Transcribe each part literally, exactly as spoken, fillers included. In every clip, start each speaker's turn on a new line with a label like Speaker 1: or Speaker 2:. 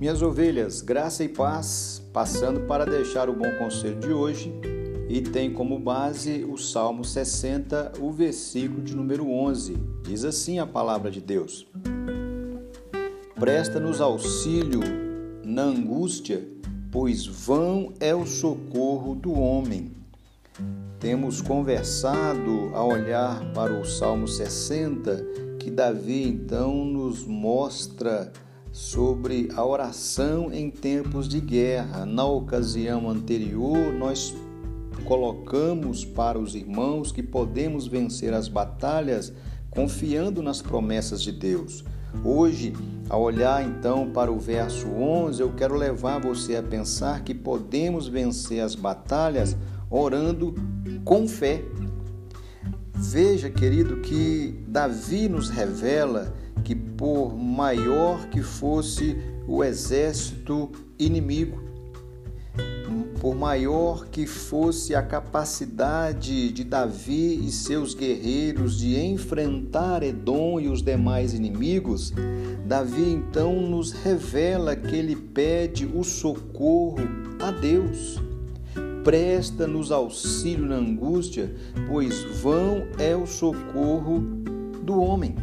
Speaker 1: Minhas ovelhas, graça e paz, passando para deixar o bom conselho de hoje, e tem como base o Salmo sessenta, o versículo de número onze. Diz assim a palavra de Deus: Presta-nos auxílio na angústia, pois vão é o socorro do homem. Temos conversado a olhar para o Salmo sessenta, que Davi então nos mostra sobre a oração em tempos de guerra. Na ocasião anterior, nós colocamos para os irmãos que podemos vencer as batalhas confiando nas promessas de Deus. Hoje, ao olhar então para o verso onze, eu quero levar você a pensar que podemos vencer as batalhas orando com fé. Veja, querido, que Davi nos revela que por maior que fosse o exército inimigo, por maior que fosse a capacidade de Davi e seus guerreiros de enfrentar Edom e os demais inimigos, Davi então nos revela que ele pede o socorro a Deus. Presta-nos auxílio na angústia, pois vão é o socorro do homem.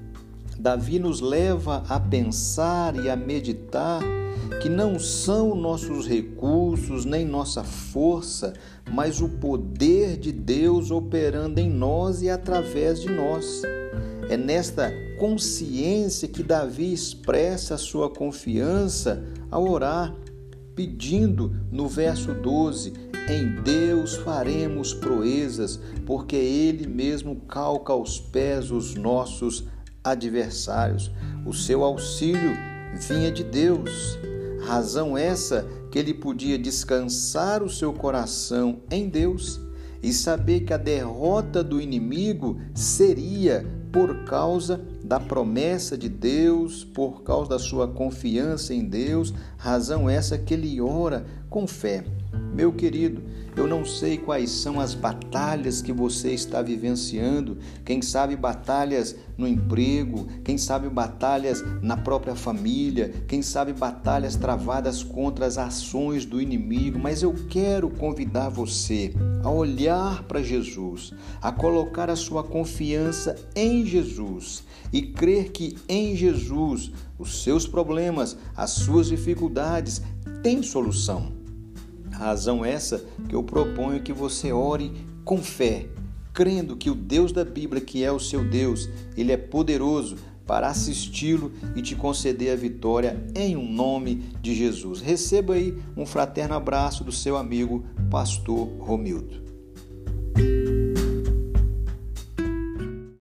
Speaker 1: Davi nos leva a pensar e a meditar que não são nossos recursos nem nossa força, mas o poder de Deus operando em nós e através de nós. É nesta consciência que Davi expressa a sua confiança ao orar, pedindo no verso doze: em Deus faremos proezas, porque Ele mesmo calca aos pés os nossos adversários. O seu auxílio vinha de Deus. Razão essa que ele podia descansar o seu coração em Deus e saber que a derrota do inimigo seria por causa da promessa de Deus, por causa da sua confiança em Deus. Razão essa que ele ora com fé. Meu querido, eu não sei quais são as batalhas que você está vivenciando, quem sabe batalhas no emprego, quem sabe batalhas na própria família, quem sabe batalhas travadas contra as ações do inimigo, mas eu quero convidar você a olhar para Jesus, a colocar a sua confiança em Jesus e crer que em Jesus os seus problemas, as suas dificuldades têm solução. Razão essa que eu proponho que você ore com fé, crendo que o Deus da Bíblia, que é o seu Deus, ele é poderoso para assisti-lo e te conceder a vitória em um nome de Jesus. Receba aí um fraterno abraço do seu amigo Pastor Romildo.